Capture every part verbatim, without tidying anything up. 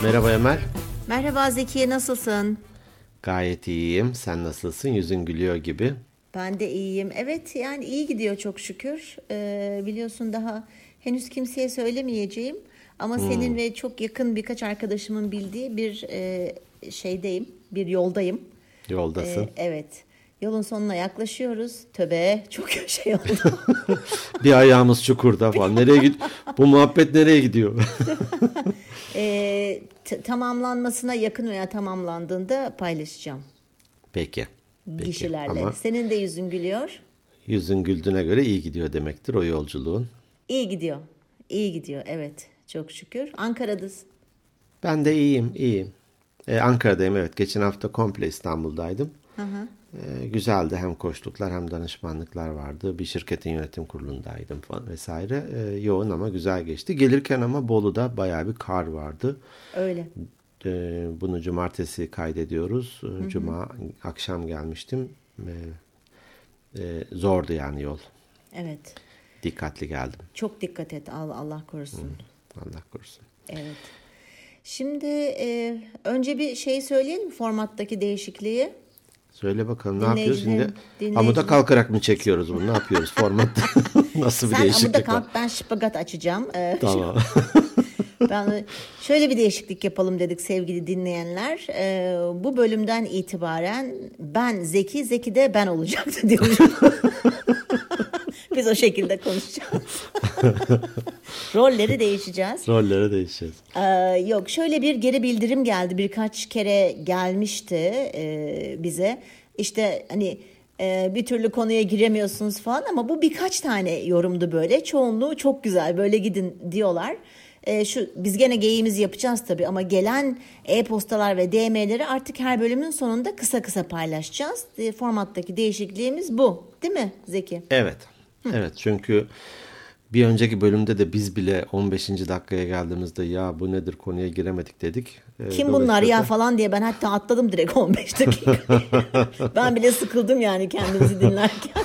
Merhaba Emel. Merhaba Zekiye, nasılsın? Gayet iyiyim. Sen nasılsın? Yüzün gülüyor gibi. Ben de iyiyim. Evet, yani iyi gidiyor çok şükür. Ee, biliyorsun daha henüz kimseye söylemeyeceğim. Ama senin ve çok yakın birkaç arkadaşımın bildiği bir e, şeydeyim, bir yoldayım. Ee, Yoldasın. evet, yolun sonuna yaklaşıyoruz. Töbe, çok şey oldu. Bir ayağımız çukurda falan. Nereye gid? Bu muhabbet nereye gidiyor? Ee, t- tamamlanmasına yakın veya tamamlandığında paylaşacağım Peki. Peki. kişilerle. Ama Senin de yüzün gülüyor. yüzün güldüğüne göre iyi gidiyor demektir o yolculuğun. İyi gidiyor. İyi gidiyor. Evet. Çok şükür. Ankara'dasın. Ben de iyiyim, iyiyim. Ee, Ankara'dayım, evet. Geçen hafta komple İstanbul'daydım. Hı hı. Ee, güzeldi. Hem koçluklar hem danışmanlıklar vardı. Bir şirketin yönetim kurulundaydım falan vesaire. Ee, yoğun ama güzel geçti. Gelirken ama Bolu'da bayağı bir kar vardı. Öyle. Ee, bunu cumartesi kaydediyoruz. Ee, Cuma akşam gelmiştim. Ee, e, zordu yani yol. Evet. Dikkatli geldim. Çok dikkat et. Allah, Allah korusun. Allah korusun. Evet. Şimdi e, önce bir şey söyleyelim formattaki değişikliği. Söyle bakalım ne yapıyoruz şimdi? Dinleyicilerin, dinleyicilerin. Amuda kalkarak mı çekiyoruz bunu? Ne yapıyoruz formatta? Nasıl bir Sen amuda değişiklik var? kalk, ben şıpagat açacağım. Ee, Tamam. Ben şöyle bir değişiklik yapalım dedik sevgili dinleyenler. Ee, bu bölümden itibaren ben Zeki, Zeki de ben olacaktı diyorum. Biz o şekilde konuşacağız. Rolleri değişeceğiz. Rollere değişeceğiz. Ee, yok şöyle bir geri bildirim geldi. Birkaç kere gelmişti e, bize. İşte hani e, bir türlü konuya giremiyorsunuz falan ama bu birkaç tane yorumdu böyle. Çoğunluğu çok güzel böyle gidin diyorlar. E, şu biz gene geyiğimizi yapacağız tabii ama gelen e-postalar ve D M'leri artık her bölümün sonunda kısa kısa paylaşacağız. E, formattaki değişikliğimiz bu. Değil mi Zeki? Evet. Evet, çünkü bir önceki bölümde de biz bile on beşinci dakikaya geldiğimizde ya bu nedir konuya giremedik dedik. Ee, Kim bunlar dolayısıyla ya da- falan diye ben hatta atladım direkt on beş dakika. Ben bile sıkıldım yani kendimizi dinlerken.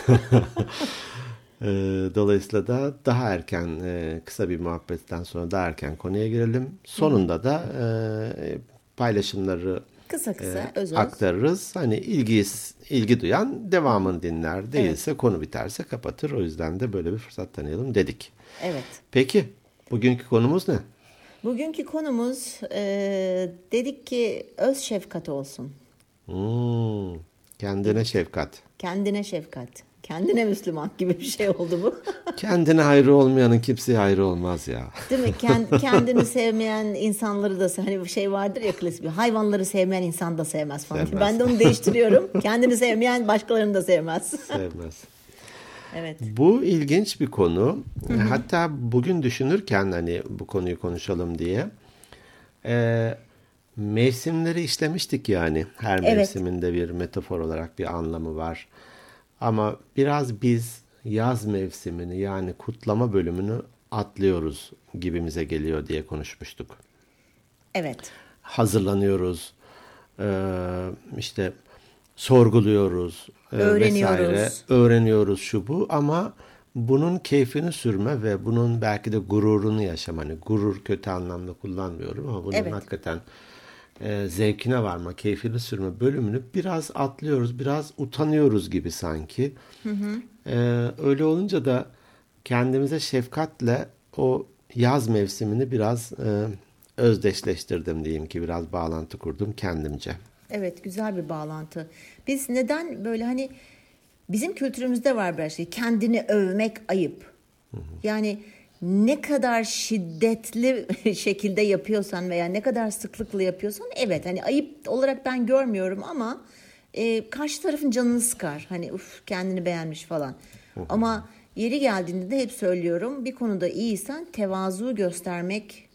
Ee, Dolayısıyla da daha erken e, kısa bir muhabbetten sonra daha erken konuya girelim. Sonunda da e, paylaşımları Kısa kısa e, öz öz. aktarırız. Hani ilgi ilgi duyan devamını dinler. Değilse konu biterse kapatır. O yüzden de böyle bir fırsat tanıyalım dedik. Evet. Peki bugünkü konumuz ne? Bugünkü konumuz e, dedik ki öz şefkat olsun. Hmm, kendine şefkat. Kendine şefkat. Kendine Müslüman gibi bir şey oldu bu. Kendine hayrı olmayanın kimseye hayrı olmaz ya. Değil mi? Kend, kendini sevmeyen insanları da hani bir şey vardır ya klasik bir hayvanları sevmeyen insan da sevmez falan. Sevmez. Ben de onu değiştiriyorum. Kendini sevmeyen başkalarını da sevmez. Sevmez. Evet. Bu ilginç bir konu. Hatta bugün düşünürken hani bu konuyu konuşalım diye e, mevsimleri işlemiştik yani. Her Evet. mevsiminde bir metafor olarak bir anlamı var. Ama biraz biz yaz mevsimini yani kutlama bölümünü atlıyoruz gibimize geliyor diye konuşmuştuk. Evet. Hazırlanıyoruz, e, işte sorguluyoruz, e, Öğreniyoruz. vesaire, öğreniyoruz şu bu ama bunun keyfini sürme ve bunun belki de gururunu yaşama. Hani gurur kötü anlamda kullanmıyorum ama bunun Evet. hakikaten e, zevkine varma, keyfini sürme bölümünü biraz atlıyoruz, biraz utanıyoruz gibi sanki. E, öyle olunca da kendimize şefkatle o yaz mevsimini biraz e, özdeşleştirdim diyeyim ki biraz bağlantı kurdum kendimce. Evet, güzel bir bağlantı. Biz neden böyle hani bizim kültürümüzde var bir şey. Kendini övmek ayıp. Yani ne kadar şiddetli şekilde yapıyorsan veya ne kadar sıklıkla yapıyorsan evet hani ayıp olarak ben görmüyorum ama e, karşı tarafın canını sıkar. Hani uf kendini beğenmiş falan. Ama yeri geldiğinde de hep söylüyorum bir konuda iyiysen tevazu göstermek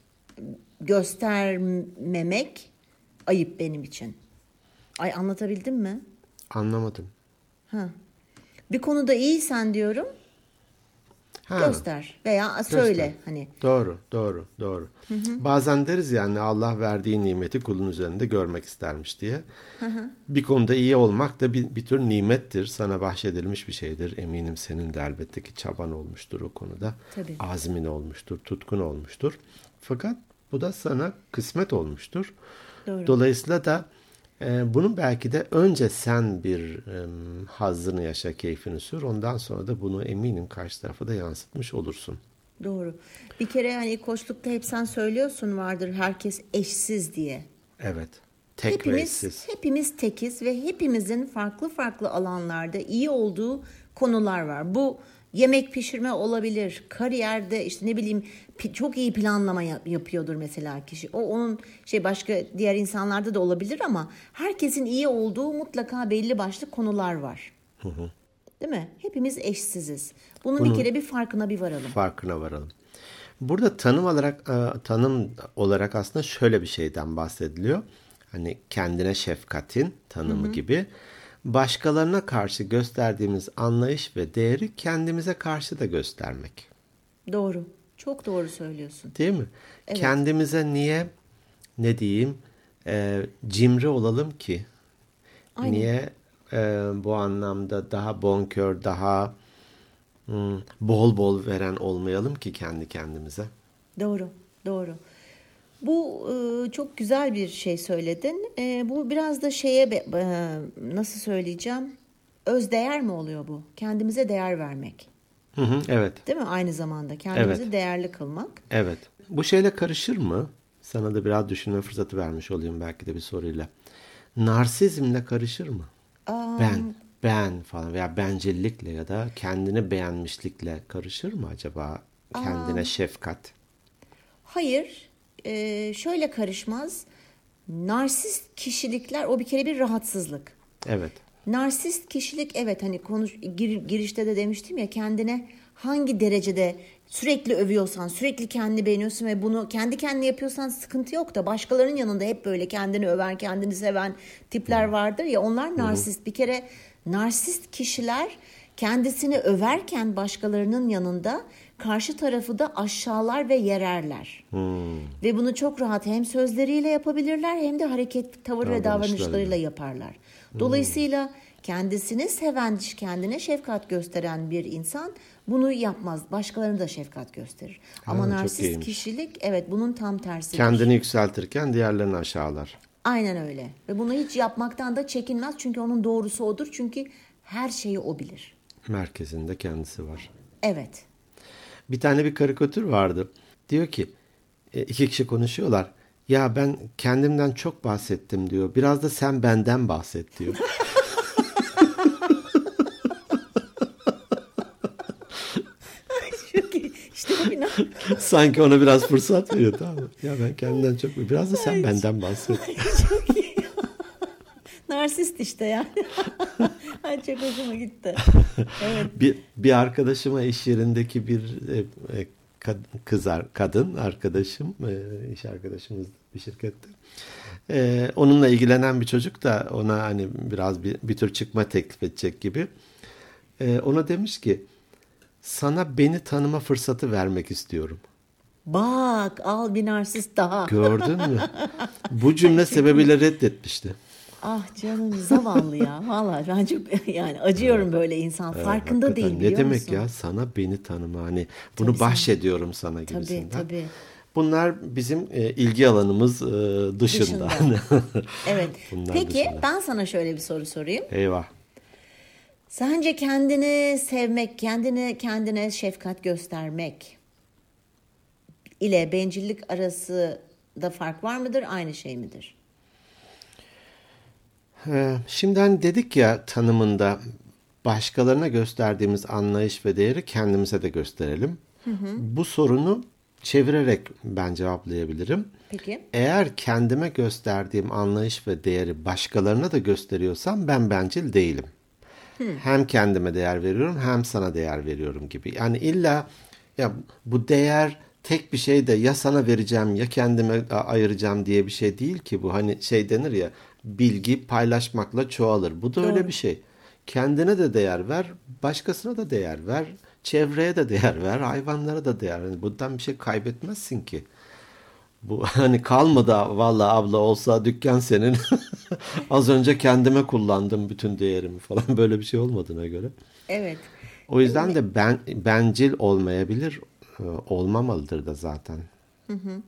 göstermemek ayıp benim için. Ay anlatabildim mi? Anlamadım. Ha. Bir konuda iyiysen diyorum Ha, göster veya söyle göster. hani. Doğru, doğru, doğru. Bazen deriz yani Allah verdiği nimeti kulun üzerinde görmek istermiş diye. Bir konuda iyi olmak da bir, bir tür nimettir. Sana bahşedilmiş bir şeydir. Eminim senin de elbette ki çaban olmuştur o konuda. Tabii. Azmin olmuştur, tutkun olmuştur. Fakat Bu da sana kısmet olmuştur. Doğru. Dolayısıyla da e, bunun belki de önce sen bir e, hazzını yaşa, keyfini sür. Ondan sonra da bunu eminim karşı tarafa da yansıtmış olursun. Doğru. Bir kere hani koçlukta hep sen söylüyorsun vardır herkes eşsiz diye. Evet. Tek ve Hepimiz eşsiz. hepimiz tekiz ve hepimizin farklı farklı alanlarda iyi olduğu konular var. Bu yemek pişirme olabilir. Kariyerde işte ne bileyim pi- çok iyi planlama yap- yapıyordur mesela kişi. O onun şey başka diğer insanlarda da olabilir ama herkesin iyi olduğu mutlaka belli başlı konular var. Değil mi? Hepimiz eşsiziz. Bunun, Bunun bir kere bir farkına bir varalım. Farkına varalım. Burada tanım olarak e, tanım olarak aslında şöyle bir şeyden bahsediliyor. Hani kendine şefkatin tanımı gibi. Başkalarına karşı gösterdiğimiz anlayış ve değeri kendimize karşı da göstermek. Doğru. Çok doğru söylüyorsun. Değil mi? Evet. Kendimize niye ne diyeyim e, cimri olalım ki? Aynen. Niye e, bu anlamda daha bonkör, daha hmm, bol bol veren olmayalım ki kendi kendimize? Doğru, doğru. Bu e, çok güzel bir şey söyledin. E, bu biraz da şeye be- e, nasıl söyleyeceğim? Özdeğer mi oluyor bu? Kendimize değer vermek. Hı hı, evet. Değil mi? Aynı zamanda kendimizi Evet. değerli kılmak. Evet. Bu şeyle karışır mı? Sana da biraz düşünme fırsatı vermiş olayım belki de bir soruyla. Narsizmle karışır mı? Aa, Ben, ben falan veya bencillikle ya da kendini beğenmişlikle karışır mı acaba kendine şefkat? hayır, e, şöyle karışmaz. Narsist kişilikler o bir kere bir rahatsızlık. Evet. Narsist kişilik evet hani konuş gir- girişte de demiştim ya kendine hangi derecede sürekli övüyorsan, sürekli kendini beğeniyorsun ve bunu kendi kendine yapıyorsan sıkıntı yok da başkalarının yanında hep böyle kendini öven, kendini seven tipler vardır ya onlar narsist. Bir kere narsist kişiler kendisini överken başkalarının yanında karşı tarafı da aşağılar ve yererler. Ve bunu çok rahat hem sözleriyle yapabilirler hem de hareket, tavır ve davranışlarıyla yaparlar. Dolayısıyla kendisini seven, kendine şefkat gösteren bir insan bunu yapmaz. Başkalarına da şefkat gösterir. Ama çok narsist iyiymiş. kişilik evet bunun tam tersidir. Kendini yükseltirken diğerlerini aşağılar. Aynen öyle. Ve bunu hiç yapmaktan da çekinmez. Çünkü onun doğrusu odur. Çünkü her şeyi o bilir. Merkezinde kendisi var. Evet. Bir tane bir karikatür vardı. Diyor ki e, iki kişi konuşuyorlar. Ya ben kendimden çok bahsettim diyor. Biraz da sen benden bahset diyor. Çok iyi. İşte bu bir Sanki ona biraz fırsat veriyor, tamam mı? Ya ben kendimden çok... Biraz da sen benden bahset. çok iyi. Narsist işte yani. Ay çok hoşuma gitti. Evet. Bir, bir arkadaşıma iş yerindeki bir e, e, kad- kızar, kadın arkadaşım, e, iş arkadaşımız bir şirkette. E, onunla ilgilenen bir çocuk da ona hani biraz bir, bir tür çıkma teklif edecek gibi. E, ona demiş ki sana beni tanıma fırsatı vermek istiyorum. Bak al bir narsist daha. Gördün mü? Bu cümle sebebiyle reddetmişti. Ah canım zavallı ya. Vallahi ben çok yani acıyorum böyle insan. Farkında Hakikaten değil biliyor ne demek musun? ya sana beni tanıma hani bunu Tabii bahşediyorum sana Tabii gibisinden. tabii. Bunlar bizim e, ilgi alanımız e, dışında. Dışında. Evet. Bunlar Peki dışında. ben sana şöyle bir soru sorayım. Eyvah. Sence kendini sevmek, kendine kendine şefkat göstermek ile bencillik arasında fark var mıdır? Aynı şey midir? Ee, Şimdi hani dedik ya tanımında başkalarına gösterdiğimiz anlayış ve değeri kendimize de gösterelim. Bu sorunu çevirerek ben cevaplayabilirim. Peki. Eğer kendime gösterdiğim anlayış ve değeri başkalarına da gösteriyorsam ben bencil değilim. Hem kendime değer veriyorum hem sana değer veriyorum gibi. Yani illa ya bu değer tek bir şey de ya sana vereceğim ya kendime ayıracağım diye bir şey değil ki bu. Hani şey denir ya bilgi paylaşmakla çoğalır. Bu da Doğru. öyle bir şey. Kendine de değer ver, başkasına da değer ver, çevreye de değer ver, hayvanlara da değer. Yani bundan bir şey kaybetmezsin ki. Bu hani kalmadı vallahi abla olsa dükkan senin. Az önce kendime kullandım bütün değerimi falan böyle bir şey olmadığına göre. Evet. O yüzden de ben bencil olmayabilir, e, olmamalıdır da zaten.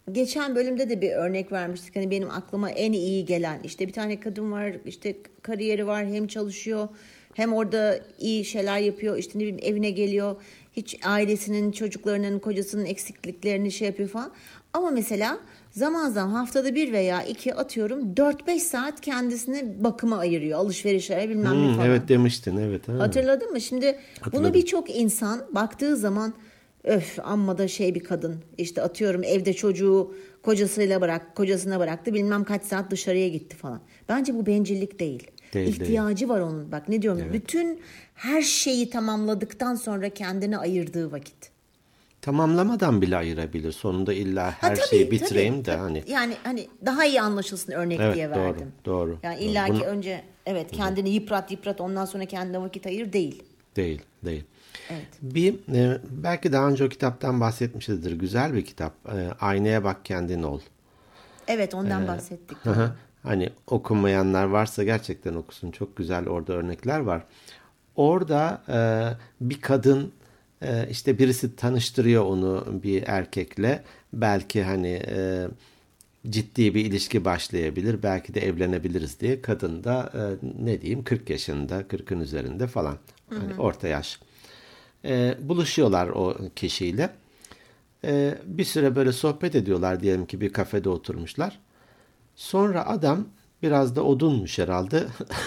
geçen bölümde de bir örnek vermiştik. Hani benim aklıma en iyi gelen, işte bir tane kadın var, işte kariyeri var, hem çalışıyor hem orada iyi şeyler yapıyor. İşte ne bileyim, evine geliyor. Hiç ailesinin, çocuklarının, kocasının eksikliklerini şey yapıyor falan. Ama mesela zaman zaman haftada bir veya iki, atıyorum dört beş saat kendisine bakıma ayırıyor. Alışverişlere bilmem Hmm, ne falan. evet demiştin, evet. Ha. Hatırladın mı? Şimdi Hatırladım. bunu birçok insan baktığı zaman öf amma da şey bir kadın. İşte atıyorum evde çocuğu kocasıyla bırak, kocasına bıraktı, bilmem kaç saat dışarıya gitti falan. Bence bu bencillik değil. Değil, İhtiyacı değil. var onun. Bak ne diyorum. Evet. Bütün her şeyi tamamladıktan sonra kendine ayırdığı vakit. Tamamlamadan bile ayırabilir. Sonunda illa her Ha, tabii, şeyi bitireyim tabii, de tabii. hani. Yani hani daha iyi anlaşılsın örnek Evet, diye doğru, verdim. doğru. Yani doğru. illa ki Bunu- önce evet kendini yıprat yıprat ondan sonra kendine vakit ayır değil. Değil, değil. Evet. Bir e, belki daha önce o kitaptan bahsetmişizdir. Güzel bir kitap. E, Aynaya Bak Kendin Ol. Evet ondan bahsettik. Hı hı. Hani okumayanlar varsa gerçekten okusun. Çok güzel orada örnekler var. Orada e, bir kadın e, işte birisi tanıştırıyor onu bir erkekle. Belki hani e, ciddi bir ilişki başlayabilir. Belki de evlenebiliriz diye. Kadın da e, ne diyeyim kırk yaşında, kırkın üzerinde falan. Hani orta yaş. E, buluşuyorlar o kişiyle. E, bir süre böyle sohbet ediyorlar, diyelim ki bir kafede oturmuşlar. Sonra adam biraz da odunmuş herhalde.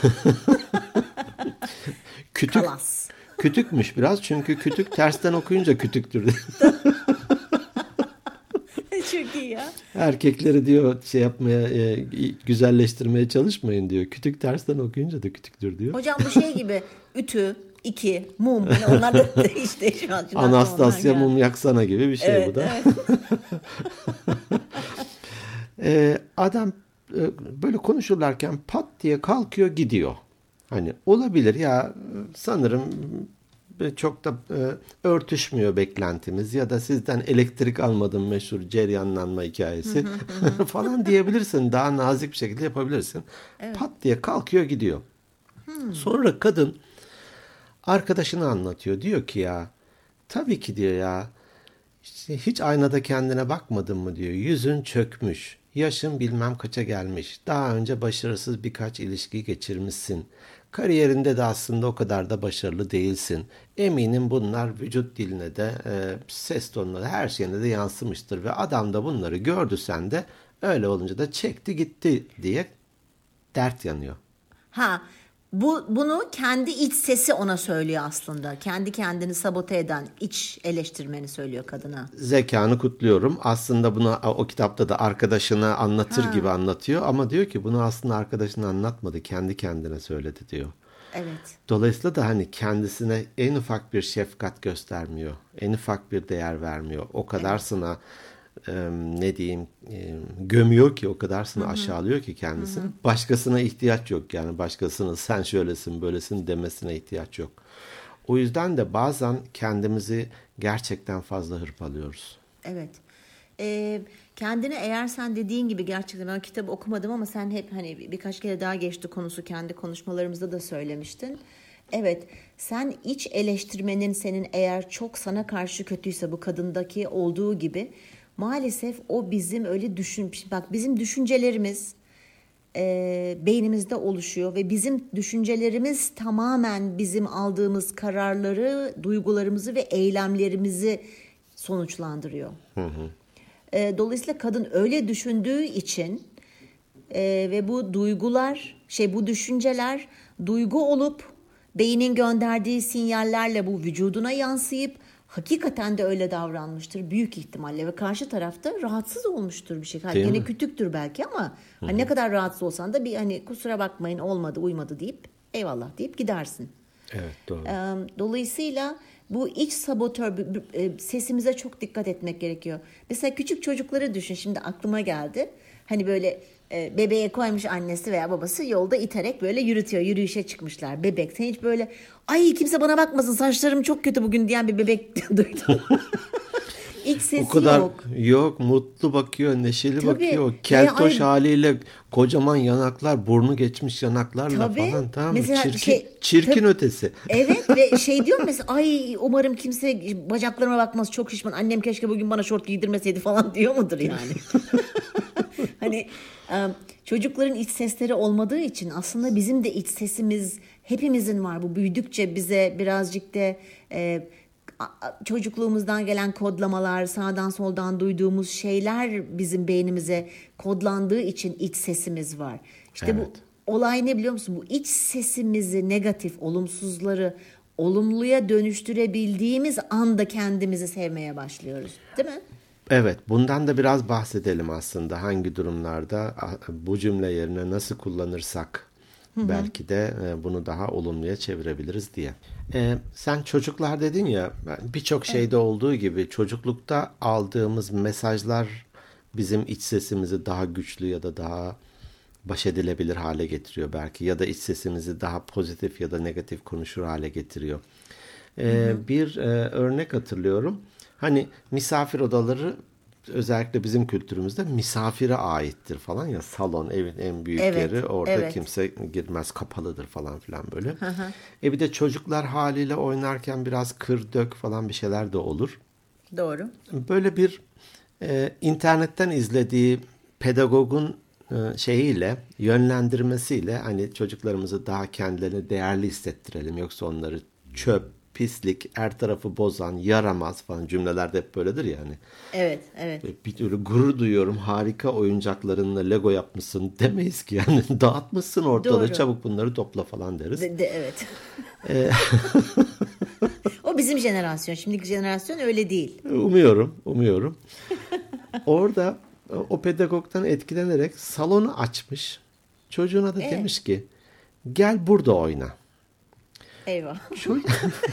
Kütük, Kalas. kütükmüş biraz, çünkü kütük tersten okuyunca kütüktür. Çok iyi ya. Erkekleri diyor şey yapmaya, e, güzelleştirmeye çalışmayın diyor. Kütük tersten okuyunca da kütüktür diyor. Hocam bu şey gibi ütü, iki, mum. Hani onlar da işte şu an. Anastasya mum yaksana gibi bir şey evet, bu da. Evet. Ee, adam e, böyle konuşurlarken pat diye kalkıyor gidiyor. Hani olabilir ya, sanırım e, çok da e, örtüşmüyor beklentimiz ya da sizden elektrik almadım meşhur ceryanlanma hikayesi falan diyebilirsin. Daha nazik bir şekilde yapabilirsin. Pat diye kalkıyor gidiyor. Sonra kadın arkadaşını anlatıyor. Diyor ki ya tabii ki diyor ya, İşte hiç aynada kendine bakmadın mı diyor. Yüzün çökmüş. Yaşın bilmem kaça gelmiş. Daha önce başarısız birkaç ilişki geçirmişsin. Kariyerinde de aslında o kadar da başarılı değilsin. Eminim bunlar vücut diline de, e, ses tonuna da, her şeyine de yansımıştır. Ve adam da bunları gördü sende. Öyle olunca da çekti gitti diye dert yanıyor. Ha, bu bunu kendi iç sesi ona söylüyor aslında. Kendi kendini sabote eden iç eleştirmeni söylüyor kadına. Zekanı kutluyorum. Aslında bunu o kitapta da arkadaşına anlatır Ha. gibi anlatıyor. Ama diyor ki bunu aslında arkadaşına anlatmadı. Kendi kendine söyledi diyor. Evet. Dolayısıyla da hani kendisine en ufak bir şefkat göstermiyor. En ufak bir değer vermiyor. O kadarsına e, ne diyeyim e, gömüyor ki, o kadarsına aşağılıyor ki kendisini. Başkasına ihtiyaç yok yani. Başkasının sen şöylesin böylesin demesine ihtiyaç yok. O yüzden de bazen kendimizi gerçekten fazla hırpalıyoruz. Evet. Ee, kendine eğer sen dediğin gibi, gerçekten ben kitabı okumadım ama sen hep hani birkaç kere daha geçti konusu, kendi konuşmalarımızda da söylemiştin. Evet, sen iç eleştirmenin senin eğer çok sana karşı kötüyse, bu kadındaki olduğu gibi, maalesef o bizim öyle düşün, bak bizim düşüncelerimiz e, beynimizde oluşuyor ve bizim düşüncelerimiz tamamen bizim aldığımız kararları, duygularımızı ve eylemlerimizi sonuçlandırıyor. Hı hı. E, dolayısıyla kadın öyle düşündüğü için e, ve bu duygular, şey bu düşünceler duygu olup beynin gönderdiği sinyallerle bu vücuduna yansıyıp hakikaten de öyle davranmıştır büyük ihtimalle ve karşı tarafta rahatsız olmuştur bir şey. Değil Gene mi? kütüktür belki ama hani ne kadar rahatsız olsan da bir hani kusura bakmayın olmadı uymadı deyip eyvallah deyip gidersin. Evet, doğru. Ee, Dolayısıyla bu iç sabotör e, sesimize çok dikkat etmek gerekiyor. Mesela küçük çocukları düşün, şimdi aklıma geldi. Hani böyle e, bebeğe koymuş annesi veya babası, yolda iterek böyle yürütüyor. Yürüyüşe çıkmışlar. Bebek, sen hiç böyle ay kimse bana bakmasın saçlarım çok kötü bugün diyen bir bebek duydum. İç sesi o kadar yok. yok, mutlu bakıyor, neşeli Tabii. bakıyor. Ve Keltoş ay, haliyle kocaman yanaklar, burnu geçmiş yanaklarla tabii. falan, tamam mı? Mesela Çirkin, şey, çirkin tabii. ötesi. Evet ve şey diyorum mesela, ay umarım kimse bacaklarıma bakmaz, çok şişman, annem keşke bugün bana şort giydirmeseydi falan diyor mudur yani? Hani e, çocukların iç sesleri olmadığı için aslında bizim de iç sesimiz hepimizin var. Bu büyüdükçe bize birazcık da e, a- çocukluğumuzdan gelen kodlamalar, sağdan soldan duyduğumuz şeyler bizim beynimize kodlandığı için iç sesimiz var. İşte bu Evet. olay ne biliyor musun? Bu iç sesimizi, negatif, olumsuzları olumluya dönüştürebildiğimiz anda kendimizi sevmeye başlıyoruz. Değil mi? Evet, bundan da biraz bahsedelim aslında. Hangi durumlarda bu cümle yerine nasıl kullanırsak belki de e, bunu daha olumluya çevirebiliriz diye. E, sen çocuklar dedin ya, birçok şeyde olduğu gibi çocuklukta aldığımız mesajlar bizim iç sesimizi daha güçlü ya da daha baş edilebilir hale getiriyor belki. Ya da iç sesimizi daha pozitif ya da negatif konuşur hale getiriyor. E, bir e, örnek hatırlıyorum. Hani misafir odaları özellikle bizim kültürümüzde misafire aittir falan ya, salon evin en büyük Evet, yeri, orada evet. kimse girmez, kapalıdır falan filan böyle. E bir de çocuklar haliyle oynarken biraz kır dök falan bir şeyler de olur. Doğru. Böyle bir e, internetten izlediği pedagogun e, şeyiyle, yönlendirmesiyle hani çocuklarımızı daha kendilerini değerli hissettirelim. Yoksa onları çöp, pislik, her tarafı bozan, yaramaz falan cümlelerde hep böyledir yani. Evet, evet. Bir türlü gurur duyuyorum, harika oyuncaklarınla Lego yapmışsın demeyiz ki yani. Dağıtmışsın ortalığı, Doğru. çabuk bunları topla falan deriz. De, de- evet. O bizim jenerasyon. Şimdiki jenerasyon öyle değil. Umuyorum, umuyorum. Orada o pedagogdan etkilenerek salonu açmış. Çocuğuna da Evet. demiş ki gel burada oyna. Eyvah. Çocuk...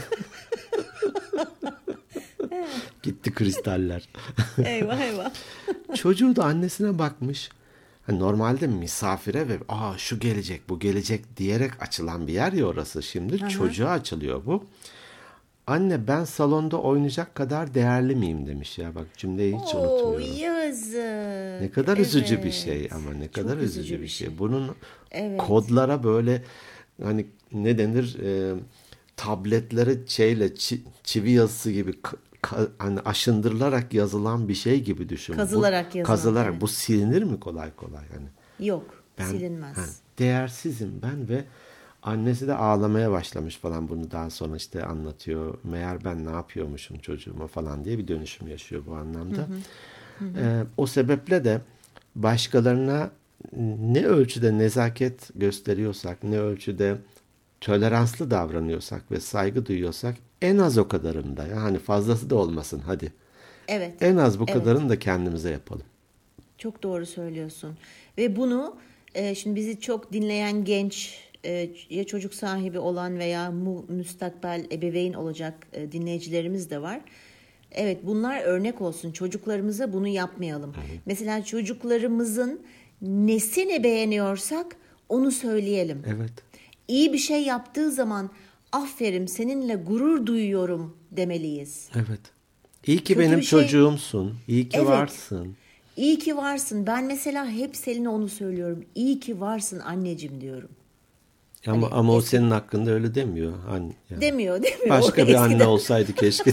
Gitti kristaller. Eyvah eyvah. Çocuğu da annesine bakmış. Hani normalde misafire ve aa şu gelecek bu gelecek diyerek açılan bir yer ya orası. Şimdi çocuğa açılıyor bu. Anne ben salonda oynayacak kadar değerli miyim demiş ya. Bak cümleyi hiç Oo, unutmuyorum. yazık. Ne kadar üzücü bir Evet. şey ama ne kadar Çok üzücü, bir şey. şey. Bunun Evet. kodlara böyle hani ne denir e, tabletlere şeyle çi- çivi yazısı gibi ka- ka- hani aşındırılarak yazılan bir şey gibi düşün. Kazılarak bu, yazılan, kazılarak evet. bu silinir mi kolay kolay yani? Yok, Ben silinmez. ha, değersizim ben ve annesi de ağlamaya başlamış falan, bunu daha sonra işte anlatıyor. Meğer ben ne yapıyormuşum çocuğuma falan diye bir dönüşüm yaşıyor bu anlamda. Ee, o sebeple de başkalarına ne ölçüde nezaket gösteriyorsak, ne ölçüde toleranslı davranıyorsak ve saygı duyuyorsak en az o kadarını da, yani fazlası da olmasın hadi. Evet. En az bu Evet. kadarını da kendimize yapalım. Çok doğru söylüyorsun. Ve bunu e, şimdi bizi çok dinleyen genç, e, ya çocuk sahibi olan veya mu, müstakbel ebeveyn olacak e, dinleyicilerimiz de var. Evet, bunlar örnek olsun. Çocuklarımıza bunu yapmayalım. Mesela çocuklarımızın nesini beğeniyorsak onu söyleyelim. Evet. İyi bir şey yaptığı zaman aferin, seninle gurur duyuyorum demeliyiz. Evet. İyi ki Kötü benim bir şey- çocuğumsun. İyi ki Evet. varsın. İyi ki varsın. Ben mesela hep Selin'e onu söylüyorum. İyi ki varsın anneciğim diyorum. Ama Hani ama o eski- senin hakkında öyle demiyor. Hani yani Demiyor, demiyor. başka O bir anne eskiden- olsaydı keşke.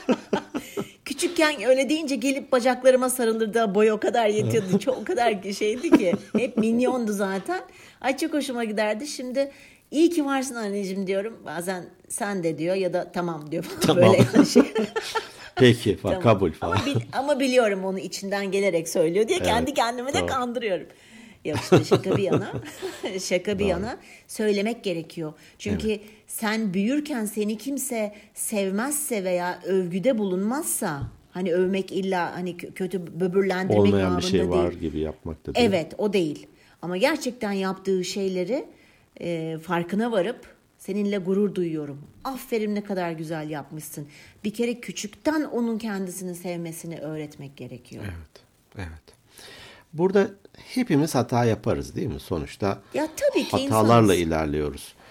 Küçükken öyle deyince gelip bacaklarıma sarılırdı. Boyu o kadar yetiyordu. Çok o kadar şeydi ki. Hep minyondu zaten. Ay çok hoşuma giderdi. Şimdi iyi ki varsın anneciğim diyorum. Bazen sen de diyor ya da tamam diyor falan. Tamam. Böyle yani şey. Peki falan, Tamam. kabul falan. Ama, bil- ama biliyorum onu içinden gelerek söylüyor diye kendi kendimi de tamam. kandırıyorum. Yok işte şaka bir yana. Şaka bir yana söylemek gerekiyor. Çünkü sen büyürken seni kimse sevmezse veya övgüde bulunmazsa, hani övmek illa hani kö- kötü böbürlendirmek Olmayan bir babında şey var değil. gibi yapmakta değil. Evet, o değil. Ama gerçekten yaptığı şeyleri e, farkına varıp seninle gurur duyuyorum. Aferin, ne kadar güzel yapmışsın. Bir kere küçükten onun kendisini sevmesini öğretmek gerekiyor. Evet. Evet. Burada hepimiz hata yaparız değil mi? Sonuçta Ya tabii ki hatalarla insanız. ilerliyoruz.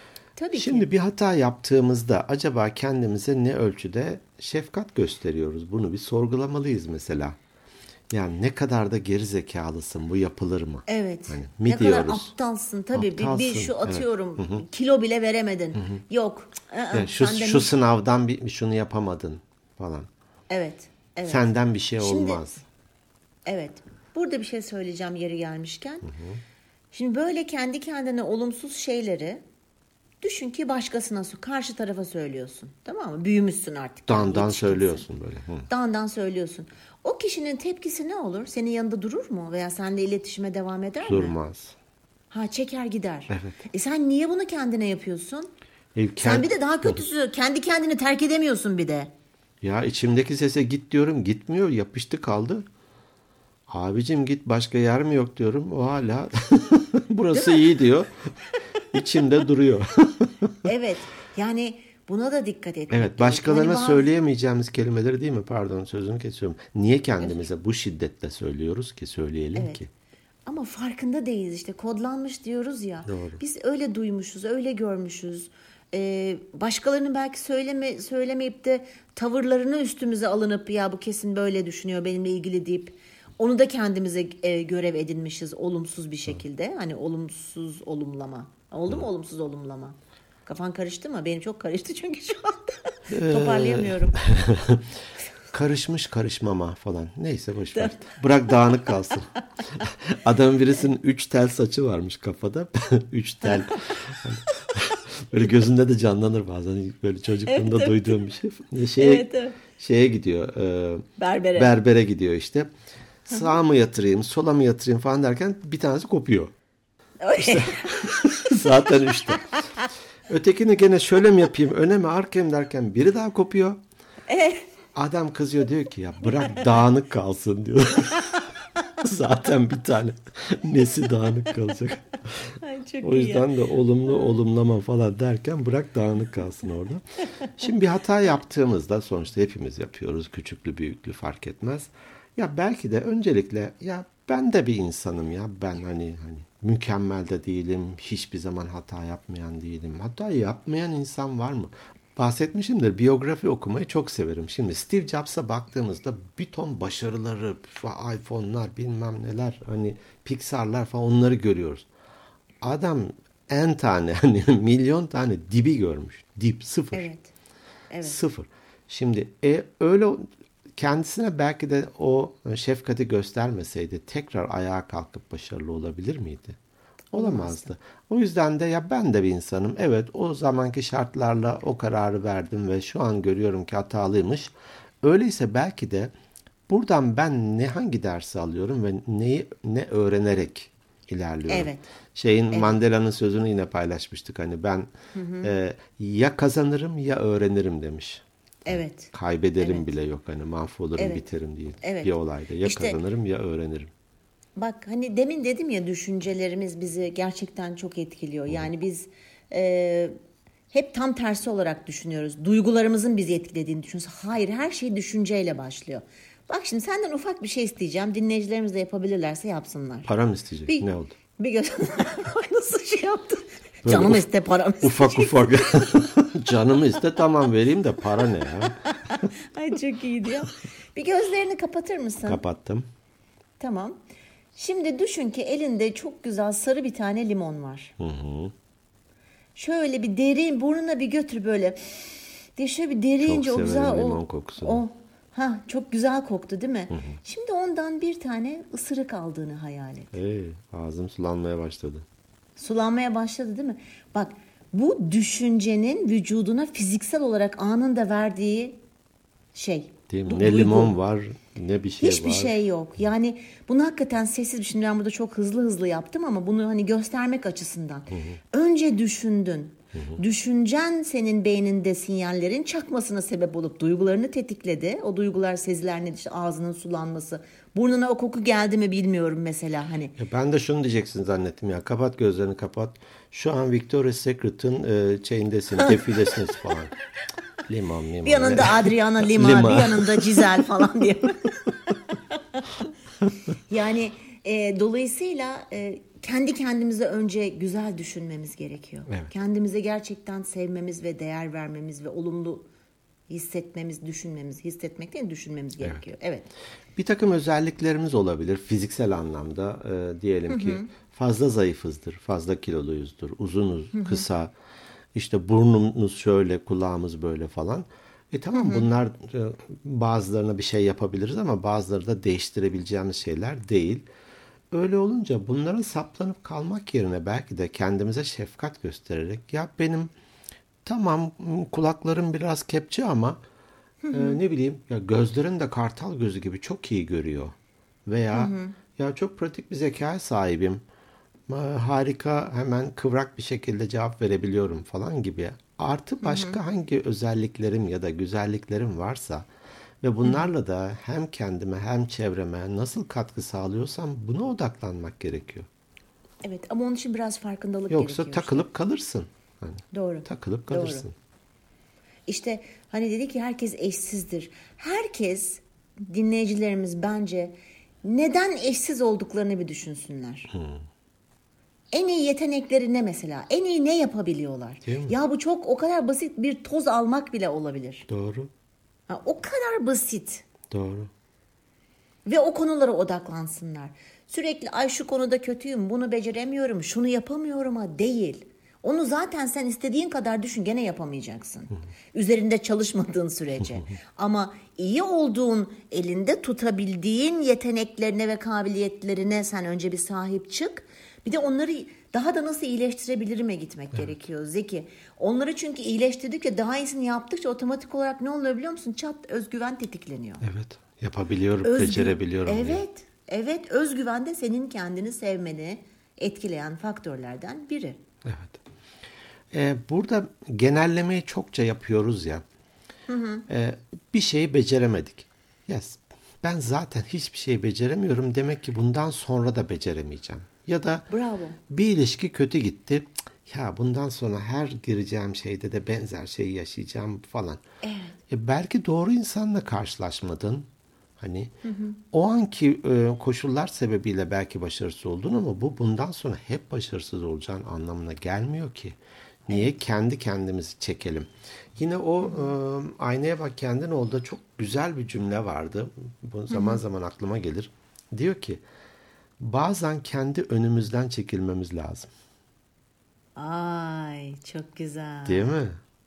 Tabii Şimdi ki. bir hata yaptığımızda acaba kendimize ne ölçüde şefkat gösteriyoruz? Bunu bir sorgulamalıyız mesela. Yani ne kadar da geri zekalısın, bu yapılır mı? Evet. Hani Ne mi kadar diyoruz? aptalsın. Tabii bir, bir Aptalsın. şu Evet. atıyorum kilo bile veremedin. Yok. ı-ı, Yani şu senden şu hiç- sınavdan bir şunu yapamadın falan. Evet. Evet. Senden bir şey Şimdi- olmaz. Evet. Burada bir şey söyleyeceğim yeri gelmişken. Şimdi böyle kendi kendine olumsuz şeyleri düşün ki başkasına, karşı tarafa söylüyorsun. Tamam mı? Büyümüşsün artık. yani, Dandan yetişkinsin. söylüyorsun böyle. Hı. Dandan söylüyorsun. O kişinin tepkisi ne olur? Senin yanında durur mu? Veya seninle iletişime devam eder mi? Durmaz. Ha, çeker gider. Evet. E sen niye bunu kendine yapıyorsun? E, Sen kend- bir de daha kötüsü, kendi kendini terk edemiyorsun bir de. Ya içimdeki sese git diyorum, gitmiyor, yapıştı kaldı. Abicim git, başka yer mi yok diyorum. O hala burası iyi diyor. İçimde duruyor. Evet. Yani buna da dikkat etmek Evet, gerekiyor. başkalarına Hani bazı- söyleyemeyeceğimiz kelimeleri değil mi? Pardon, sözünü kesiyorum. Niye kendimize bu şiddetle söylüyoruz ki, söyleyelim Evet. ki? Ama farkında değiliz işte, kodlanmış diyoruz ya. Doğru. Biz öyle duymuşuz, öyle görmüşüz. Ee, başkalarının belki söyleme söylemeyip de tavırlarını üstümüze alınıp ya bu kesin böyle düşünüyor benimle ilgili deyip onu da kendimize e, görev edinmişiz olumsuz bir şekilde. Hani olumsuz olumlama. Oldu mu olumsuz olumlama? Kafan karıştı mı? Benim çok karıştı çünkü şu anda toparlayamıyorum. Karışmış karışmama falan. Neyse boş ver. Bırak dağınık kalsın. Adamın birisinin üç tel saçı varmış kafada. Üç tel. Hani böyle gözünde de canlanır bazen. Böyle çocukluğumda Evet, evet. duyduğum bir şey. Şeye, Evet, evet. şeye gidiyor. E, Berbere. Berbere gidiyor işte. Sağa mı yatırayım, sola mı yatırayım falan derken bir tanesi kopuyor. Zaten üçte. Ötekini gene şöyle mi yapayım, öne mi arkaya mı derken biri daha kopuyor. Adam kızıyor, diyor ki ya bırak dağınık kalsın diyor. Zaten bir tane nesi dağınık kalacak. Ay, çok O iyi ya. yüzden de olumlu olumlama falan derken bırak dağınık kalsın orada. Şimdi bir hata yaptığımızda, sonuçta hepimiz yapıyoruz, küçüklü büyüklü fark etmez. Ya belki de öncelikle ya ben de bir insanım ya, ben hani hani mükemmel de değilim, hiçbir zaman hata yapmayan değilim. Hata yapmayan insan var mı? Bahsetmişimdir, biyografi okumayı çok severim. Şimdi Steve Jobs'a baktığımızda bir ton başarıları, iPhone'lar bilmem neler, hani Pixar'lar falan, onları görüyoruz. Adam en tane hani milyon tane dibi görmüş. Dip sıfır. Evet. Evet. Sıfır. Şimdi e, öyle kendisine belki de o şefkati göstermeseydi tekrar ayağa kalkıp başarılı olabilir miydi? Olamazdı. O yüzden de ya ben de bir insanım. Evet, o zamanki şartlarla o kararı verdim ve şu an görüyorum ki hatalıymış. Öyleyse belki de buradan ben ne hangi dersi alıyorum ve neyi ne öğrenerek ilerliyorum. Evet. Şeyin evet. Mandela'nın sözünü yine paylaşmıştık. Hani ben hı hı. E, ya kazanırım ya öğrenirim demiş. Evet. Kaybederim evet. bile yok. Hani mahvolurum, evet. biterim değil. Evet. Bir olayda ya işte, kazanırım ya öğrenirim. Bak hani demin dedim ya, düşüncelerimiz bizi gerçekten çok etkiliyor. Yani biz e, hep tam tersi olarak düşünüyoruz. Duygularımızın bizi etkilediğini düşünüyoruz. Hayır, her şey düşünceyle başlıyor. Bak şimdi senden ufak bir şey isteyeceğim. Dinleyicilerimiz de yapabilirlerse yapsınlar. Para mı isteyecek? Bir, ne oldu? Bir göz... Nasıl şey yaptı? Böyle Canım uf, iste, param iste. Ufak ufak. Canımı iste, tamam vereyim de para ne ya? Ay çok iyiydi ya. Bir gözlerini kapatır mısın? Kapattım. Tamam. Şimdi düşün ki elinde çok güzel sarı bir tane limon var. Hı hı. Şöyle bir derin, burnuna bir götür böyle. Diye şöyle bir derince çok o güzel limon o kokusunu. o ha çok güzel koktu değil mi? Hı hı. Şimdi ondan bir tane ısırık aldığını hayal et. Ee, ağzım sulanmaya başladı. Sulanmaya başladı değil mi? Bak, bu düşüncenin vücuduna fiziksel olarak anında verdiği şey. Değil mi? Du- Ne duygu. limon var, ne bir şey Hiçbir var. Hiçbir şey yok. Yani bunu hakikaten sessiz bir, şimdi ben burada çok hızlı hızlı yaptım ama bunu hani göstermek açısından. Hı hı. Önce düşündün. Hı hı. Düşüncen senin beyninde sinyallerin çakmasına sebep olup duygularını tetikledi. O duygular, seziler nedir? İşte ağzının sulanması. Burnuna o koku geldi mi bilmiyorum mesela hani. Ya ben de şunu diyeceksin zannettim ya. Kapat gözlerini, kapat. Şu an Victoria's Secret'ın e, şeyindesin, defilesiniz falan. Limon, limon. Bir yanında Adriana Lima, Lima. Bir yanında Cizel falan diye. Yani e, dolayısıyla e, kendi kendimize önce güzel düşünmemiz gerekiyor. Evet. Kendimize gerçekten sevmemiz ve değer vermemiz ve olumlu hissetmemiz, düşünmemiz, hissetmek değil, düşünmemiz gerekiyor. Evet. evet. Bir takım özelliklerimiz olabilir fiziksel anlamda. E, diyelim ki fazla zayıfızdır, fazla kiloluyuzdur, uzunuz, hı-hı. kısa, işte burnumuz şöyle, kulağımız böyle falan. E tamam, hı hı. bunlar e, bazılarına bir şey yapabiliriz ama bazıları da değiştirebileceğimiz şeyler değil. Öyle olunca bunlara saplanıp kalmak yerine belki de kendimize şefkat göstererek, ya benim tamam kulaklarım biraz kepçe ama hı hı. E, ne bileyim ya gözlerin de kartal gözü gibi çok iyi görüyor. Veya hı hı. ya çok pratik bir zekaya sahibim. Harika, hemen kıvrak bir şekilde cevap verebiliyorum falan gibi. Artı başka hı hı. hangi özelliklerim ya da güzelliklerim varsa ve bunlarla hı hı. da hem kendime hem çevreme nasıl katkı sağlıyorsam buna odaklanmak gerekiyor. Evet, ama onun için biraz farkındalık Yoksa gerekiyor. Yoksa takılıp işte. kalırsın. Hani Doğru. Takılıp kalırsın. Doğru. İşte hani dedi ki herkes eşsizdir. Herkes, dinleyicilerimiz bence neden eşsiz olduklarını bir düşünsünler. Hmm. En iyi yetenekleri ne mesela? En iyi ne yapabiliyorlar? Ya bu çok o kadar basit, bir toz almak bile olabilir. Doğru. Ha, o kadar basit. Doğru. Ve o konulara odaklansınlar. Sürekli ay şu konuda kötüyüm, bunu beceremiyorum, şunu yapamıyorum ha değil. Onu zaten sen istediğin kadar düşün, gene yapamayacaksın. Üzerinde çalışmadığın sürece. Ama iyi olduğun, elinde tutabildiğin yeteneklerine ve kabiliyetlerine sen önce bir sahip çık. Bir de onları daha da nasıl iyileştirebilirime gitmek evet. gerekiyor Zeki. Onları çünkü iyileştirdikçe, daha iyisini yaptıkça otomatik olarak ne oluyor biliyor musun? Çat, özgüven tetikleniyor. Evet, yapabiliyorum, Özgü... becerebiliyorum. Evet, diye. evet. Özgüven de senin kendini sevmeni etkileyen faktörlerden biri. Evet. Ee, burada genellemeyi çokça yapıyoruz ya. Hı hı. Ee, bir şeyi beceremedik. Yes. Ben zaten hiçbir şey beceremiyorum. Demek ki bundan sonra da beceremeyeceğim. Ya da Bravo. bir ilişki kötü gitti. Ya bundan sonra her gireceğim şeyde de benzer şeyi yaşayacağım falan. Evet. E belki doğru insanla karşılaşmadın. Hani hı hı. o anki e, koşullar sebebiyle belki başarısız oldun ama bu bundan sonra hep başarısız olacağın anlamına gelmiyor ki. Niye evet. kendi kendimizi çekelim? Yine o e, aynaya bak kendin oldu, çok güzel bir cümle vardı. Bu zaman hı hı. zaman aklıma gelir. Diyor ki bazen kendi önümüzden çekilmemiz lazım. Ay çok güzel. Değil mi?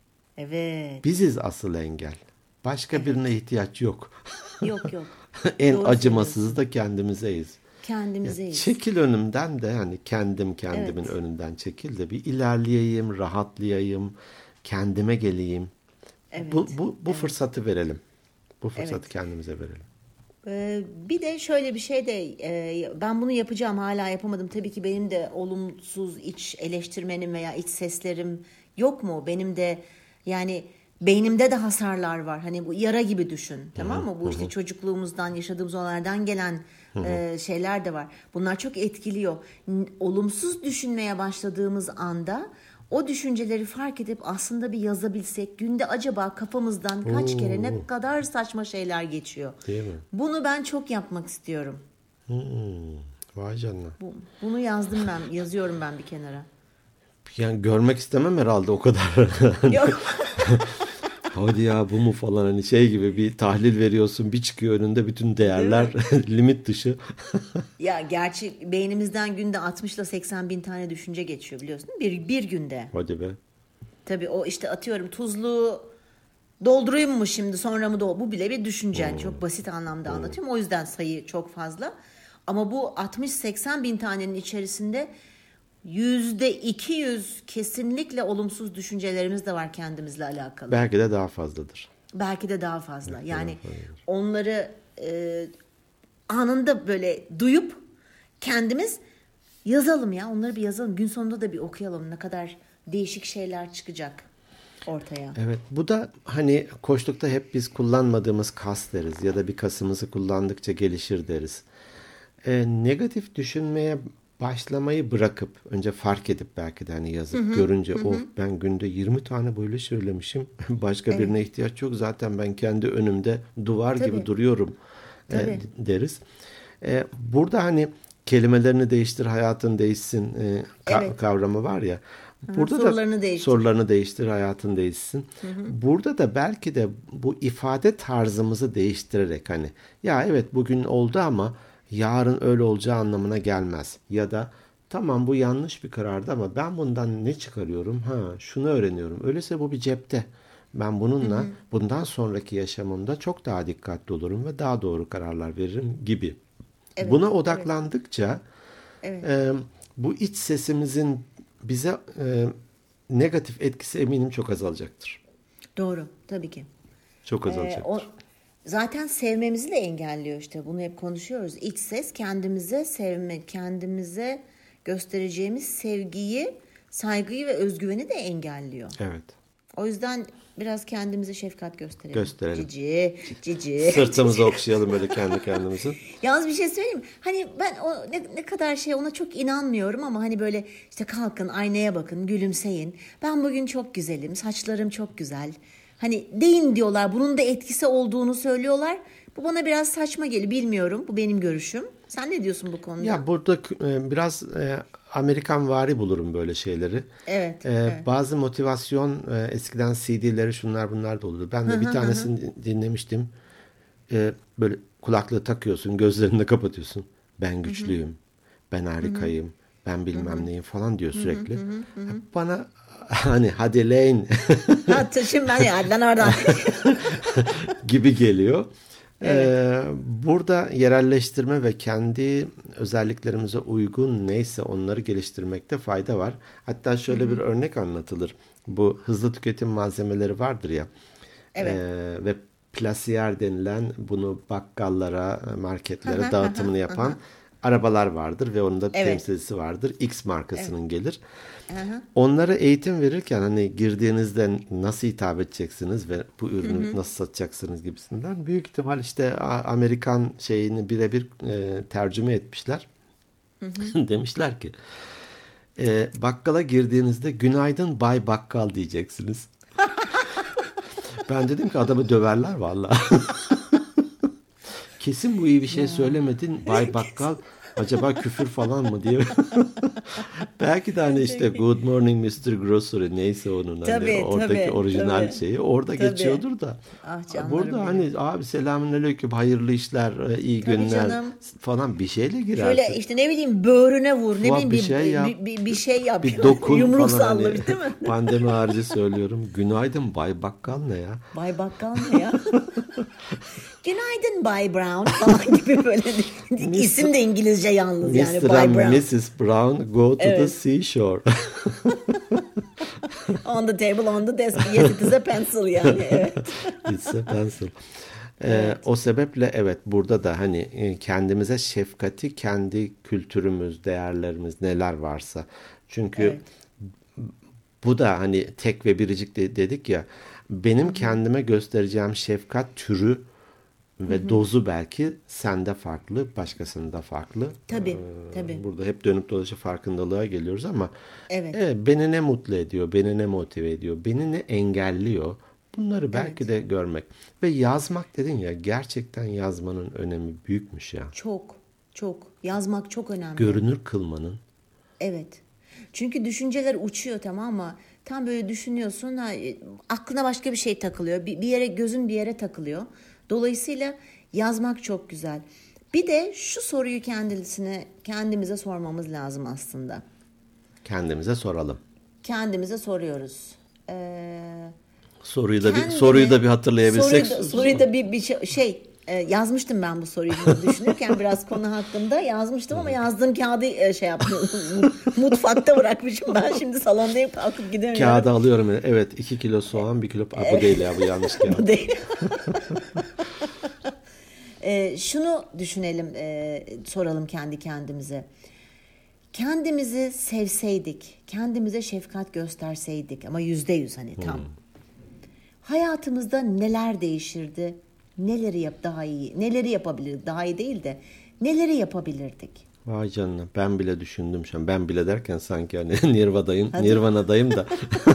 Evet. Biziz asıl engel. Başka evet. birine ihtiyaç yok. Yok yok. En Doğru acımasızı da kendimizeyiz. Kendimizeyiz. Ya, çekil önümden de hani kendim kendimin evet. önünden çekil de bir ilerleyeyim, rahatlayayım, kendime geleyim. Evet. Bu bu bu evet. fırsatı verelim. Bu fırsatı evet. kendimize verelim. Ee, bir de şöyle bir şey de e, ben bunu yapacağım, hala yapamadım. Tabii ki benim de olumsuz iç eleştirmenim veya iç seslerim yok mu? Benim de yani beynimde de hasarlar var. Hani bu yara gibi düşün, tamam mı? Bu işte çocukluğumuzdan, yaşadığımız olaylardan gelen e, şeyler de var. Bunlar çok etkiliyor. Olumsuz düşünmeye başladığımız anda o düşünceleri fark edip aslında bir yazabilsek, günde acaba kafamızdan kaç Oo. kere ne kadar saçma şeyler geçiyor. Değil mi? Bunu ben çok yapmak istiyorum. Hmm. Vay canına. Bu, bunu yazdım ben, yazıyorum ben bir kenara. Yani görmek istemem herhalde o kadar. Yok. Hadi ya bu mu falan, hani şey gibi bir tahlil veriyorsun, bir çıkıyor önünde bütün değerler limit dışı. Ya gerçi beynimizden günde altmış ile seksen bin tane düşünce geçiyor biliyorsun, bir, bir günde. Hadi be. Tabii o işte atıyorum tuzlu doldurayım mı şimdi sonra mı dol, bu bile bir düşünce. Hmm. Çok basit anlamda hmm. anlatıyorum, o yüzden sayı çok fazla. Ama bu altmış seksen bin tanenin içerisinde yüzde iki yüz kesinlikle olumsuz düşüncelerimiz de var kendimizle alakalı. Belki de daha fazladır. Belki de daha fazla. Belki yani daha fazladır. Onları e, anında böyle duyup kendimiz yazalım ya. Onları bir yazalım. Gün sonunda da bir okuyalım. Ne kadar değişik şeyler çıkacak ortaya. Evet. Bu da hani koçlukta hep biz kullanmadığımız kas deriz ya da bir kasımızı kullandıkça gelişir deriz. E, negatif düşünmeye başlamayı bırakıp önce fark edip belki de hani yazıp hı hı, görünce hı. of ben günde yirmi tane böyle söylemişim. Başka evet. birine ihtiyaç yok. Zaten ben kendi önümde duvar Tabii. gibi duruyorum e, deriz. E, burada hani kelimelerini değiştir, hayatın değişsin e, ka- Evet. kavramı var ya. Aha, Burada sorularını da değiştir. sorularını değiştir, hayatın değişsin. Hı hı. Burada da belki de bu ifade tarzımızı değiştirerek hani ya evet bugün oldu ama yarın öyle olacağı anlamına gelmez. Ya da tamam bu yanlış bir karardı ama ben bundan ne çıkarıyorum? Ha, şunu öğreniyorum. Öyleyse bu bir cepte. Ben bununla hı hı. bundan sonraki yaşamımda çok daha dikkatli olurum ve daha doğru kararlar veririm gibi. Evet, buna odaklandıkça evet. E, bu iç sesimizin bize e, negatif etkisi eminim çok azalacaktır. Doğru, tabii ki. Çok azalacaktır. Ee, o, zaten sevmemizi de engelliyor işte. Bunu hep konuşuyoruz. İç ses kendimize sevme, kendimize göstereceğimiz sevgiyi, saygıyı ve özgüveni de engelliyor. Evet. O yüzden biraz kendimize şefkat gösterelim. Gösterelim. Cici, cici. Sırtımızı okşayalım böyle kendi kendimize. Yalnız bir şey söyleyeyim mi? Hani ben o ne, ne kadar şey ona çok inanmıyorum ama hani böyle işte kalkın aynaya bakın, gülümseyin. Ben bugün çok güzelim, saçlarım çok güzel. Hani deyin diyorlar. Bunun da etkisi olduğunu söylüyorlar. Bu bana biraz saçma geliyor. Bilmiyorum. Bu benim görüşüm. Sen ne diyorsun bu konuda? Ya burada e, biraz e, Amerikanvari bulurum böyle şeyleri. Evet, e, evet. Bazı motivasyon e, eskiden C D'leri şunlar bunlar da olurdu. Ben de bir tanesini dinlemiştim. E, böyle kulaklığı takıyorsun, gözlerini de kapatıyorsun. Ben güçlüyüm. Ben harikayım. Ben bilmem neyim falan diyor sürekli. Bana hani hadi lan. Ha taşım ben ya lan oradan. gibi geliyor. Evet. Ee, burada yerelleştirme ve kendi özelliklerimize uygun neyse onları geliştirmekte fayda var. Hatta şöyle Hı-hı. bir örnek anlatılır. Bu hızlı tüketim malzemeleri vardır ya. Evet. E, ve plasiyer denilen bunu bakkallara, marketlere dağıtımını yapan arabalar vardır ve onun da bir evet. temsilcisi vardır. X markasının evet. gelir. Aha. Onlara eğitim verirken hani girdiğinizde nasıl hitap edeceksiniz ve bu ürünü hı hı. nasıl satacaksınız gibisinden büyük ihtimal işte Amerikan şeyini birebir e, tercüme etmişler. Hı hı. Demişler ki e, bakkala girdiğinizde günaydın Bay Bakkal diyeceksiniz. Ben dedim ki adamı döverler vallahi. Kesin bu iyi bir şey ya. Söylemedin Bay Bakkal. Acaba küfür falan mı diye. Belki de hani işte Good Morning mister Grocery neyse onun tabii, hani oradaki tabii, orijinal tabii. şeyi orada tabii. Geçiyordur da. Ah, burada benim. Hani abi selamünaleyküm hayırlı işler iyi tabii günler canım. Falan bir şeyle girersin. Şöyle işte ne bileyim böğrüne vur ne bileyim bir bir şey yap. Bir, bir, bir şey yap. Bir dokun yumruk falan salla hani. Değil mi? Pandemi harici söylüyorum. Günaydın Bay Bakkal ne ya? Bay Bakkal ne ya? Günaydın Bay Brown falan gibi böyle isim de İngilizce yalnız mister yani Bay Brown. missus Brown go to evet. the seashore. On the table, on the desk. Yes, it is a pencil yani. Evet. It's a pencil. Ee, evet. O sebeple evet burada da hani kendimize şefkati kendi kültürümüz, değerlerimiz neler varsa. Çünkü evet. bu da hani tek ve biricik de dedik ya benim Hı-hı. kendime göstereceğim şefkat türü ve Hı-hı. dozu belki sende farklı, başkasında farklı. Tabii, ee, tabii. Burada hep dönüp dolaşıp farkındalığa geliyoruz ama evet. evet, beni ne mutlu ediyor, beni ne motive ediyor, beni ne engelliyor. Bunları belki evet. de görmek. Ve yazmak dedin ya gerçekten yazmanın önemi büyükmüş ya. Çok, çok. Yazmak çok önemli. Görünür kılmanın. Evet. Çünkü düşünceler uçuyor tamam mı? Tam böyle düşünüyorsun ha, aklına başka bir şey takılıyor. Bir, bir yere gözün bir yere takılıyor. Dolayısıyla yazmak çok güzel. Bir de şu soruyu kendisine kendimize sormamız lazım aslında. Kendimize soralım. Kendimize soruyoruz. Ee, soruyu da kendine, bir soruyu da bir hatırlayabilsek. Soruyu da, soruyu da bir bir şey, şey e, yazmıştım ben bu soruyu düşünürken biraz konu hakkında yazmıştım ama yazdığım kağıdı e, şey yaptım. Mutfakta bırakmışım ben şimdi salondayım kalkıp gidiyorum. Kağıdı alıyorum. Evet iki kilo soğan bir kilo. Bu değil ya bu yanlış kağıt. Bu değil. e, şunu düşünelim e, soralım kendi kendimize. Kendimizi sevseydik, kendimize şefkat gösterseydik ama yüzde yüz hani tam. Hmm. Hayatımızda neler değişirdi? Neleri yap daha iyi? Neleri yapabilirdik? Daha iyi değil de neleri yapabilirdik? Vay canına ben bile düşündüm şu an. Ben bile derken sanki hani Nirvana'dayım, Nirvana'dayım da.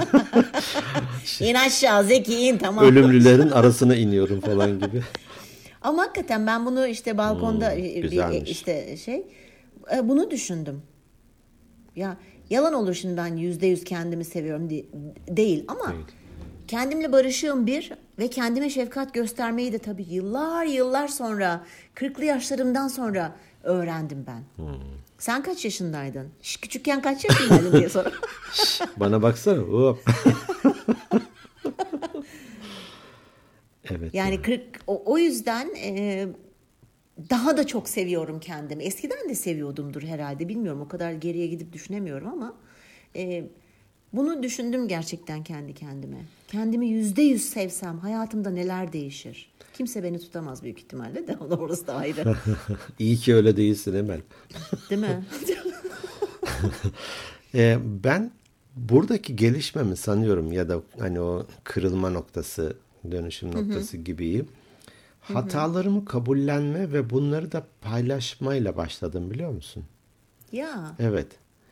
İn aşağı Zeki in tamam. Ölümlülerin arasına iniyorum falan gibi. Ama hakikaten ben bunu işte balkonda hmm, bir, işte şey e, bunu düşündüm. Ya yalan olur şimdi ben yüzde yüz kendimi seviyorum de- değil ama Değil. kendimle barışığım bir ve kendime şefkat göstermeyi de tabii yıllar yıllar sonra kırklı yaşlarımdan sonra öğrendim ben. Hmm. Sen kaç yaşındaydın? Şş, küçükken kaç yaşındaydın diye sor. Bana baksana. Hop. Evet. Yani kırk o, o yüzden e, daha da çok seviyorum kendimi. Eskiden de seviyordumdur herhalde. Bilmiyorum, o kadar geriye gidip düşünemiyorum ama e, bunu düşündüm gerçekten kendi kendime. Kendimi yüzde yüz sevsem hayatımda neler değişir? Kimse beni tutamaz büyük ihtimalle de. Orası da ayrı. İyi ki öyle değilsin Emel. Değil mi? e, ben buradaki gelişmemi sanıyorum ya da hani o kırılma noktası, dönüşüm noktası gibiyim. Hatalarımı kabullenme ve bunları da paylaşmayla başladım, biliyor musun? Ya. Evet.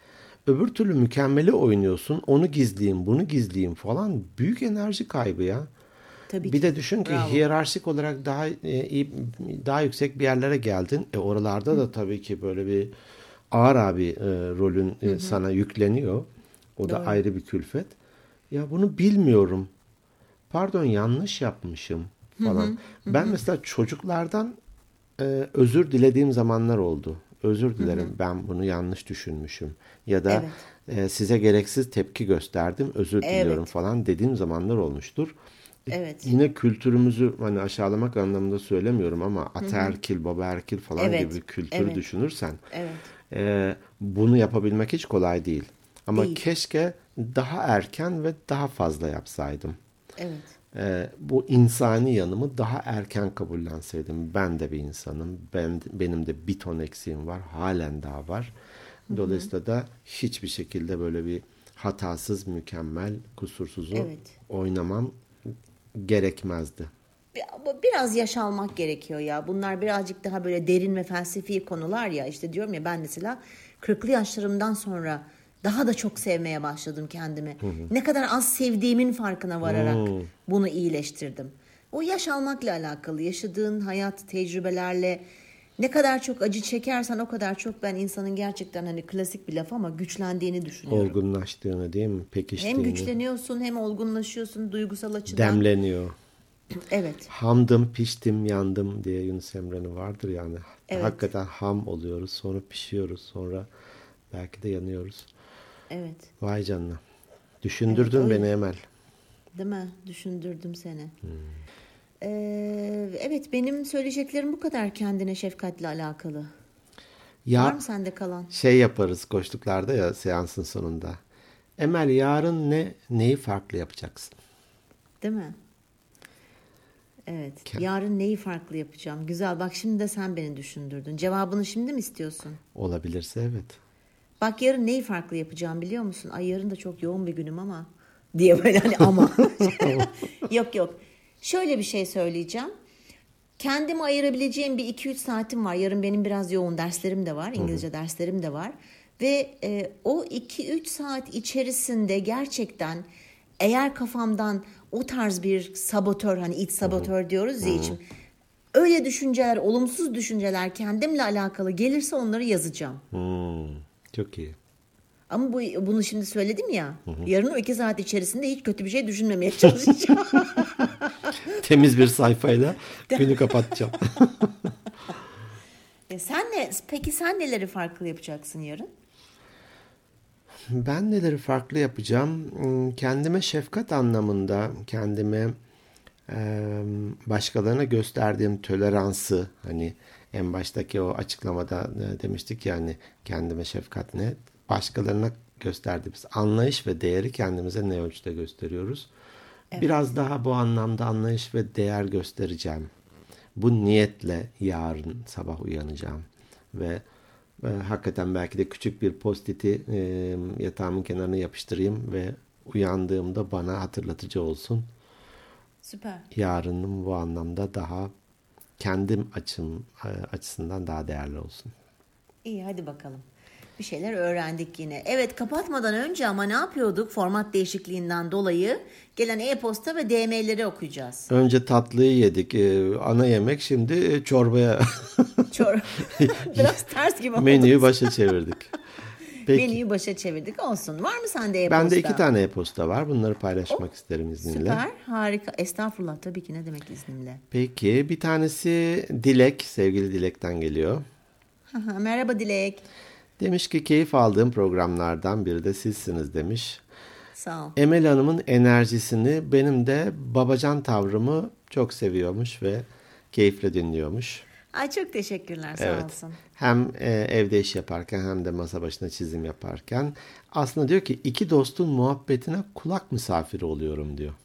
Öbür türlü mükemmeli oynuyorsun. Onu gizleyeyim, bunu gizleyeyim falan. Büyük enerji kaybı ya. Tabii Bir ki. de düşün ki Bravo. hiyerarşik olarak daha e, iyi, daha yüksek bir yerlere geldin. E oralarda da tabii ki böyle bir ağır abi e, rolün e, sana yükleniyor. O da Doğru. ayrı bir külfet. Ya bunu bilmiyorum. Pardon, yanlış yapmışım falan. Ben mesela çocuklardan e, özür dilediğim zamanlar oldu. Özür dilerim, ben bunu yanlış düşünmüşüm. Ya da e, size gereksiz tepki gösterdim, özür diliyorum Evet. falan dediğim zamanlar olmuştur. E, Evet. Yine kültürümüzü hani aşağılamak anlamında söylemiyorum ama ataerkil, babaerkil falan Evet. gibi bir kültür Evet. düşünürsen Evet. e, bunu yapabilmek hiç kolay değil. Ama Değil. keşke daha erken ve daha fazla yapsaydım. Evet. Ee, bu insani yanımı daha erken kabullenseydim. Ben de bir insanım. Ben, benim de bir ton eksiğim var. Halen daha var. Dolayısıyla da hiçbir şekilde böyle bir hatasız, mükemmel, kusursuzu Evet. oynamam gerekmezdi. Bir- Biraz yaş almak gerekiyor ya. Bunlar birazcık daha böyle derin ve felsefi konular ya. İşte diyorum ya, ben mesela kırklı yaşlarımdan sonra daha da çok sevmeye başladım kendimi. Ne kadar az sevdiğimin farkına vararak bunu iyileştirdim. O yaş almakla alakalı. Yaşadığın hayat tecrübelerle ne kadar çok acı çekersen o kadar çok ben insanın gerçekten, hani klasik bir laf ama, güçlendiğini düşünüyorum. Olgunlaştığını, değil mi? Hem Pekiştiğini. güçleniyorsun hem olgunlaşıyorsun duygusal açıdan. Demleniyor. Evet. Hamdım, piştim, yandım diye Yunus Emre'nin vardır yani. Evet. Hakikaten ham oluyoruz, sonra pişiyoruz, sonra belki de yanıyoruz. Evet. Vay canına. Düşündürdün Evet, o- beni Emel. Değil mi? Düşündürdüm seni. Ee, evet, benim söyleyeceklerim bu kadar kendine şefkatle alakalı. Ya Var mı sende kalan? şey yaparız koştuklarda ya seansın sonunda. Emel, yarın ne neyi farklı yapacaksın? Değil mi? Evet. Ke- Yarın neyi farklı yapacağım? Güzel. Bak, şimdi de sen beni düşündürdün. Cevabını şimdi mi istiyorsun? Olabilirse evet. Bak, yarın neyi farklı yapacağım biliyor musun? Ay, yarın da çok yoğun bir günüm ama diye böyle hani ama. Yok yok. Şöyle bir şey söyleyeceğim. Kendime ayırabileceğim bir iki üç saatim var. Yarın benim biraz yoğun derslerim de var. İngilizce derslerim de var. Ve e, o iki üç saat içerisinde gerçekten eğer kafamdan o tarz bir sabotör, hani iç sabotör diyoruz ya içim. Öyle düşünceler, olumsuz düşünceler kendimle alakalı gelirse onları yazacağım. Hmm, çok iyi. Ama bu, bunu şimdi söyledim ya. Yarın o iki saat içerisinde hiç kötü bir şey düşünmemeye çalışacağım. Temiz bir sayfayla günü kapatacağım. Ya sen ne? Peki sen neleri farklı yapacaksın yarın? Ben neleri farklı yapacağım? Hmm, Kendime şefkat anlamında, kendime e, başkalarına gösterdiğim toleransı, hani en baştaki o açıklamada e, demiştik ya, hani kendime şefkat ne? Başkalarına gösterdiğimiz anlayış ve değeri kendimize ne ölçüde gösteriyoruz? Biraz daha bu anlamda anlayış ve değer göstereceğim. Bu niyetle yarın sabah uyanacağım ve e, hakikaten belki de küçük bir post-it'i e, yatağımın kenarına yapıştırayım ve uyandığımda bana hatırlatıcı olsun. Süper. Yarınım bu anlamda daha kendim açım e, açısından daha değerli olsun. İyi, hadi bakalım. Bir şeyler öğrendik yine. Evet, kapatmadan önce ama ne yapıyorduk? Format değişikliğinden dolayı gelen e-posta ve D M'leri okuyacağız. Önce tatlıyı yedik. Ee, ana yemek, şimdi çorbaya. Çor Biraz ters gibi oldu. Menüyü başa çevirdik. Peki. Menüyü başa çevirdik, olsun. Var mı sende e-posta? Bende iki tane e-posta var. Bunları paylaşmak oh, isterim izninle. Süper, harika. Estağfurullah, tabii ki, ne demek izninle. Peki, bir tanesi Dilek, sevgili Dilek'ten geliyor. Merhaba Dilek. Demiş ki keyif aldığım programlardan biri de sizsiniz demiş. Sağ ol. Emel Hanım'ın enerjisini, benim de babacan tavrımı çok seviyormuş ve keyifle dinliyormuş. Ay, çok teşekkürler, sağ evet. olsun. Hem e, evde iş yaparken hem de masa başında çizim yaparken. Aslında diyor ki iki dostun muhabbetine kulak misafiri oluyorum diyor.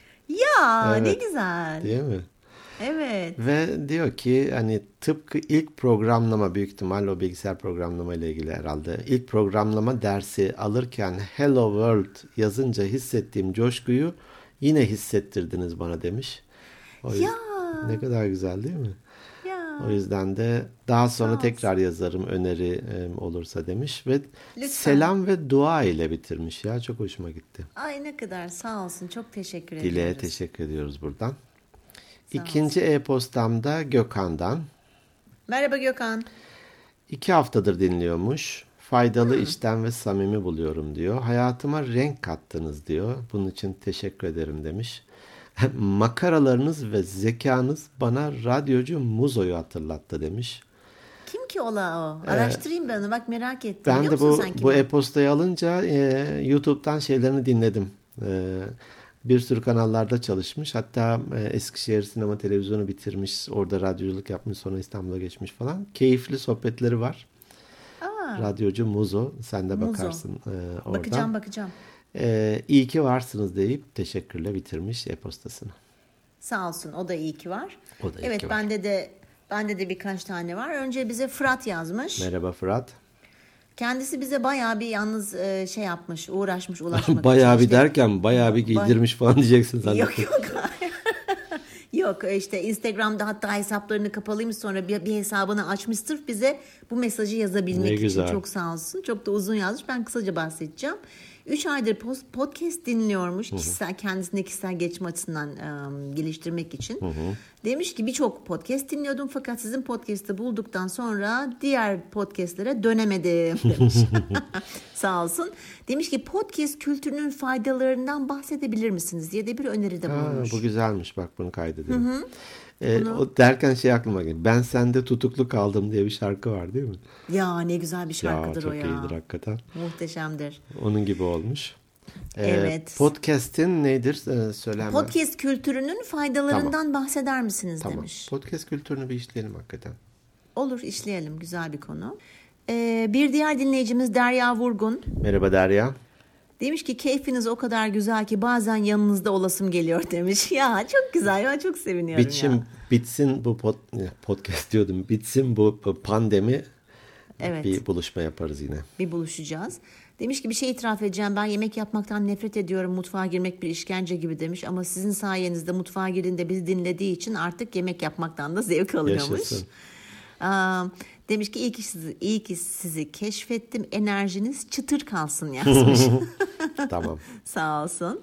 Ya evet. Ne güzel. Değil mi? Evet. Ve diyor ki hani tıpkı ilk programlama, büyük ihtimal o bilgisayar programlama ile ilgili herhalde. İlk programlama dersi alırken Hello World yazınca hissettiğim coşkuyu yine hissettirdiniz bana demiş. O yüzden, ya. Ne kadar güzel değil mi? Ya. O yüzden de daha sonra tekrar yazarım öneri e, olursa demiş ve Lütfen. Selam ve dua ile bitirmiş ya, çok hoşuma gitti. Ay, ne kadar sağ olsun, çok teşekkür Dile'ye ediyoruz. teşekkür ediyoruz buradan. Sağ İkinci olsun. E-postamda Gökhan'dan. Merhaba Gökhan. İki haftadır dinliyormuş. Faydalı, hmm. içten ve samimi buluyorum diyor. Hayatıma renk kattınız diyor. Bunun için teşekkür ederim demiş. Makaralarınız ve zekanız bana radyocu Muzo'yu hatırlattı demiş. Kim ki ola o? Araştırayım ee, ben onu, bak merak ettim. Ben Biliyor de bu, bu e-postayı alınca e, YouTube'dan şeylerini dinledim. E, bir sürü kanallarda çalışmış. Hatta e, Eskişehir Sinema Televizyonu bitirmiş. Orada radyoculuk yapmış, sonra İstanbul'a geçmiş falan. Keyifli sohbetleri var. Aa. Radyocu Muzo. Sen de Muzo. Bakarsın e, oradan. Bakacağım bakacağım. Ee, iyi ki varsınız deyip teşekkürle bitirmiş e-postasını. Sağ olsun, o da iyi ki var. O da iyi evet ki var. bende de bende de birkaç tane var. Önce bize Fırat yazmış. Merhaba Fırat. Kendisi bize bayağı bir yalnız e, şey yapmış, uğraşmış, ulaşmak bayağı için. bir İşte, derken bayağı bir giydirmiş bay- falan diyeceksin zaten. Yok yok. Yok işte Instagram'da hatta hesaplarını kapalıymış, sonra bir, bir hesabını açmış sırf bize bu mesajı yazabilmek ne için. Güzel. Çok sağ olsun. Çok da uzun yazmış. Ben kısaca bahsedeceğim. Üç aydır podcast dinliyormuş. Hı hı. Kişisel, kendisine kişisel gelişim açısından um, geliştirmek için. Hı hı. Demiş ki birçok podcast dinliyordum fakat sizin podcast'ı bulduktan sonra diğer podcast'lere dönemedim demiş. Sağ olsun. Demiş ki podcast kültürünün faydalarından bahsedebilir misiniz diye de bir öneride bulunmuş. Ha, bu güzelmiş, bak bunu kaydedelim. Hı hı. Ee, Bunu... O derken şey aklıma geldi. Ben sende tutuklu kaldım diye bir şarkı var değil mi? Ya ne güzel bir şarkıdır ya, o ya. Çok iyidir hakikaten. Muhteşemdir. Onun gibi olmuş. Ee, evet. Podcast'in nedir? Ee, söyle Podcast kültürünün faydalarından tamam. bahseder misiniz tamam. demiş. Podcast kültürünü bir işleyelim hakikaten. Olur, işleyelim. Güzel bir konu. Ee, bir diğer dinleyicimiz Derya Vurgun. Merhaba Derya. Demiş ki keyfiniz o kadar güzel ki bazen yanınızda olasım geliyor demiş. Ya çok güzel, ben çok seviniyorum Bitsin, ya. Bitsin bu pod, podcast diyordum. Bitsin bu pandemi. Evet. Bir buluşma yaparız yine. Bir buluşacağız. Demiş ki bir şey itiraf edeceğim. Ben yemek yapmaktan nefret ediyorum. Mutfağa girmek bir işkence gibi demiş. Ama sizin sayenizde mutfağa girdiğinde bizi dinlediği için artık yemek yapmaktan da zevk alıyormuş. Yaşasın. Aa, demiş ki iyi ki sizi, iyi ki sizi keşfettim. Enerjiniz çıtır kalsın yazmış. Tamam. Sağ olsun.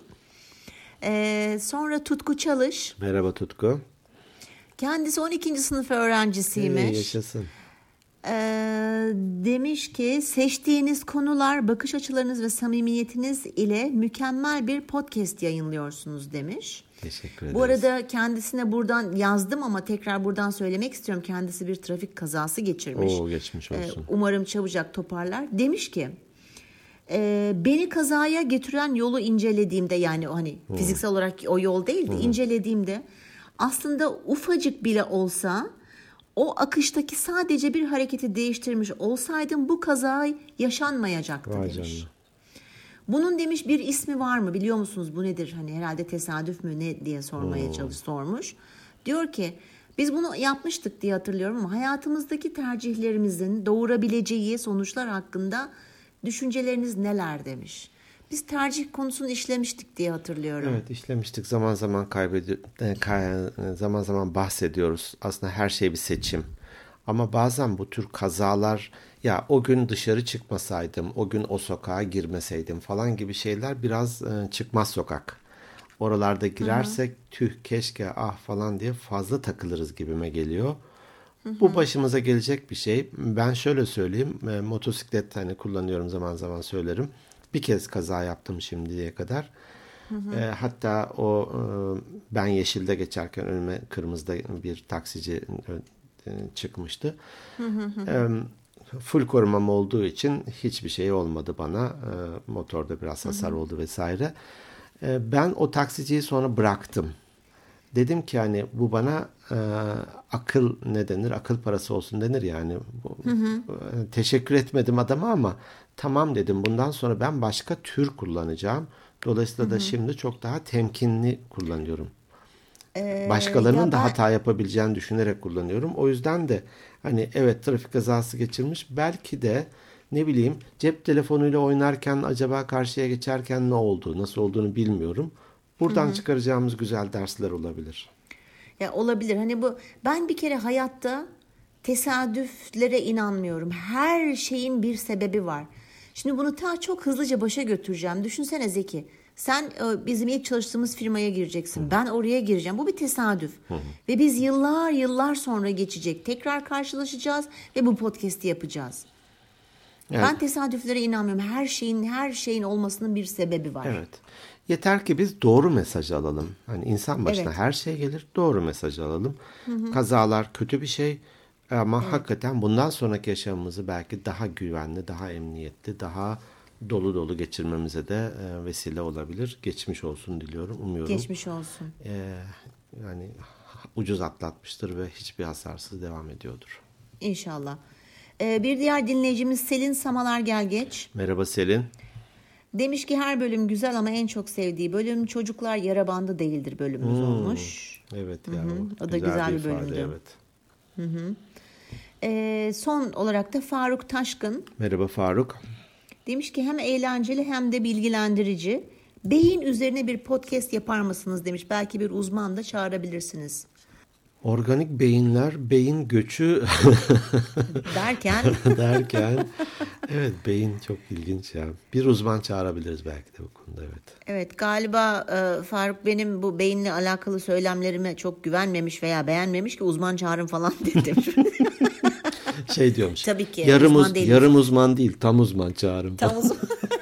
Ee, sonra Tutku Çalış. Merhaba Tutku. Kendisi on ikinci sınıf öğrencisiymiş. Ee, yaşasın. Ee, demiş ki seçtiğiniz konular, bakış açılarınız ve samimiyetiniz ile mükemmel bir podcast yayınlıyorsunuz demiş. Teşekkür ederiz. Bu arada kendisine buradan yazdım ama tekrar buradan söylemek istiyorum. Kendisi bir trafik kazası geçirmiş. Oo, geçmiş olsun. Ee, umarım çabucak toparlar. Demiş ki e, beni kazaya getiren yolu incelediğimde, yani o hani hmm. fiziksel olarak o yol değil de hmm. incelediğimde aslında ufacık bile olsa o akıştaki sadece bir hareketi değiştirmiş olsaydım bu kaza yaşanmayacaktı Vay demiş. canına. Bunun demiş bir ismi var mı, biliyor musunuz bu nedir? Hani herhalde tesadüf mü ne diye sormaya hmm. çalış sormuş. Diyor ki biz bunu yapmıştık diye hatırlıyorum ama hayatımızdaki tercihlerimizin doğurabileceği sonuçlar hakkında düşünceleriniz neler demiş. Biz tercih konusunu işlemiştik diye hatırlıyorum. Evet, işlemiştik. Zaman zaman kaybediyor, zaman zaman bahsediyoruz. Aslında her şey bir seçim. Ama bazen bu tür kazalar, ya o gün dışarı çıkmasaydım, o gün o sokağa girmeseydim falan gibi şeyler biraz e, çıkmaz sokak. Oralarda girersek hı hı. tüh keşke ah falan diye fazla takılırız gibime geliyor. Hı hı. Bu başımıza gelecek bir şey. Ben şöyle söyleyeyim, e, motosiklet hani kullanıyorum, zaman zaman söylerim. Bir kez kaza yaptım şimdiye kadar. Hı hı. E, hatta o e, ben yeşilde geçerken önüme kırmızıda bir taksici e, çıkmıştı. Hı hı hı. E, full korumam olduğu için hiçbir şey olmadı bana. E, motorda biraz hasar hı hı. oldu vesaire. E, ben o taksiciyi sonra bıraktım. Dedim ki hani bu bana e, akıl ne denir? Akıl parası olsun denir yani. Hı hı. E, teşekkür etmedim adama ama tamam dedim, bundan sonra ben başka tür kullanacağım. Dolayısıyla hı hı. da şimdi çok daha temkinli kullanıyorum. Ee, Başkalarının da ben... hata yapabileceğini düşünerek kullanıyorum. O yüzden de hani evet trafik kazası geçirmiş. Belki de ne bileyim cep telefonuyla oynarken acaba karşıya geçerken ne oldu, nasıl olduğunu bilmiyorum. Buradan Hı-hı. çıkaracağımız güzel dersler olabilir. Ya olabilir. Hani bu, ben bir kere hayatta tesadüflere inanmıyorum. Her şeyin bir sebebi var. Şimdi bunu ta çok hızlıca başa götüreceğim. Düşünsene Zeki. Sen bizim ilk çalıştığımız firmaya gireceksin. Hı. Ben oraya gireceğim. Bu bir tesadüf. Hı. Ve biz yıllar yıllar sonra geçecek. Tekrar karşılaşacağız ve bu podcast'i yapacağız. Evet. Ben tesadüflere inanmıyorum. Her şeyin her şeyin olmasının bir sebebi var. Evet. Yeter ki biz doğru mesajı alalım. Hani insan başına evet. her şey gelir. Doğru mesajı alalım. Hı hı. Kazalar kötü bir şey. Ama evet. hakikaten bundan sonraki yaşamımızı belki daha güvenli, daha emniyetli, daha dolu dolu geçirmemize de e, vesile olabilir. Geçmiş olsun diliyorum, umuyorum. Geçmiş olsun. E, yani ucuz atlatmıştır ve hiçbir hasarsız devam ediyordur. İnşallah. Ee, bir diğer dinleyicimiz Selin Samalar Gelgeç. Merhaba Selin. Demiş ki her bölüm güzel ama en çok sevdiği bölüm Çocuklar Yara Bandı Değildir bölümümüz hmm. olmuş. Evet ya. Hı-hı. O, o da güzel bir, bir bölümdü. Evet. Hı hı. Ee, son olarak da Faruk Taşkın. Merhaba Faruk. Demiş ki hem eğlenceli hem de bilgilendirici. Beyin üzerine bir podcast yapar mısınız demiş. Belki bir uzman da çağırabilirsiniz. Organik beyinler, beyin göçü derken derken evet, beyin çok ilginç ya. Bir uzman çağırabiliriz belki de bu konuda, evet. Evet, galiba e, Faruk benim bu beyinle alakalı söylemlerime çok güvenmemiş veya beğenmemiş ki uzman çağırın falan dedim. Şey diyormuş. Tabii ki. Yarım uzman, uz, yarım uzman değil, tam uzman çağırın. Tam uzman.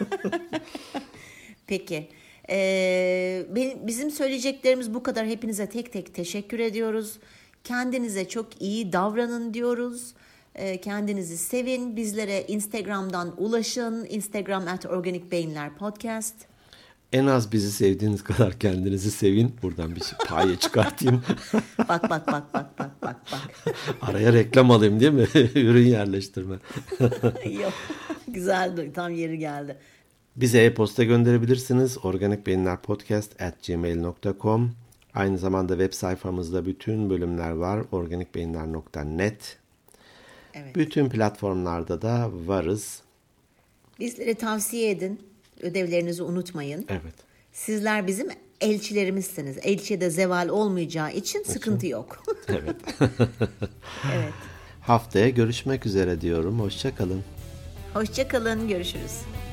Peki. Ee, benim, bizim söyleyeceklerimiz bu kadar. Hepinize tek tek teşekkür ediyoruz. Kendinize çok iyi davranın diyoruz. Ee, kendinizi sevin. Bizlere Instagram'dan ulaşın. Instagram at Organik Beyinler Podcast. En az bizi sevdiğiniz kadar kendinizi sevin. Buradan bir şey paye çıkartayım. Bak bak bak bak bak bak bak. Araya reklam alayım değil mi? Ürün yerleştirme. Yok. Güzeldi. Tam yeri geldi. Bize e-posta gönderebilirsiniz. organikbeyinlerpodcast at gmail nokta com. Aynı zamanda web sayfamızda bütün bölümler var. organikbeyinler nokta net. Evet. Bütün platformlarda da varız. Bizlere tavsiye edin. Ödevlerinizi unutmayın. Evet. Sizler bizim elçilerimizsiniz. Elçiye de zeval olmayacağı için sıkıntı yok. Evet. Evet. Haftaya görüşmek üzere diyorum. Hoşça kalın. Hoşça kalın. Görüşürüz.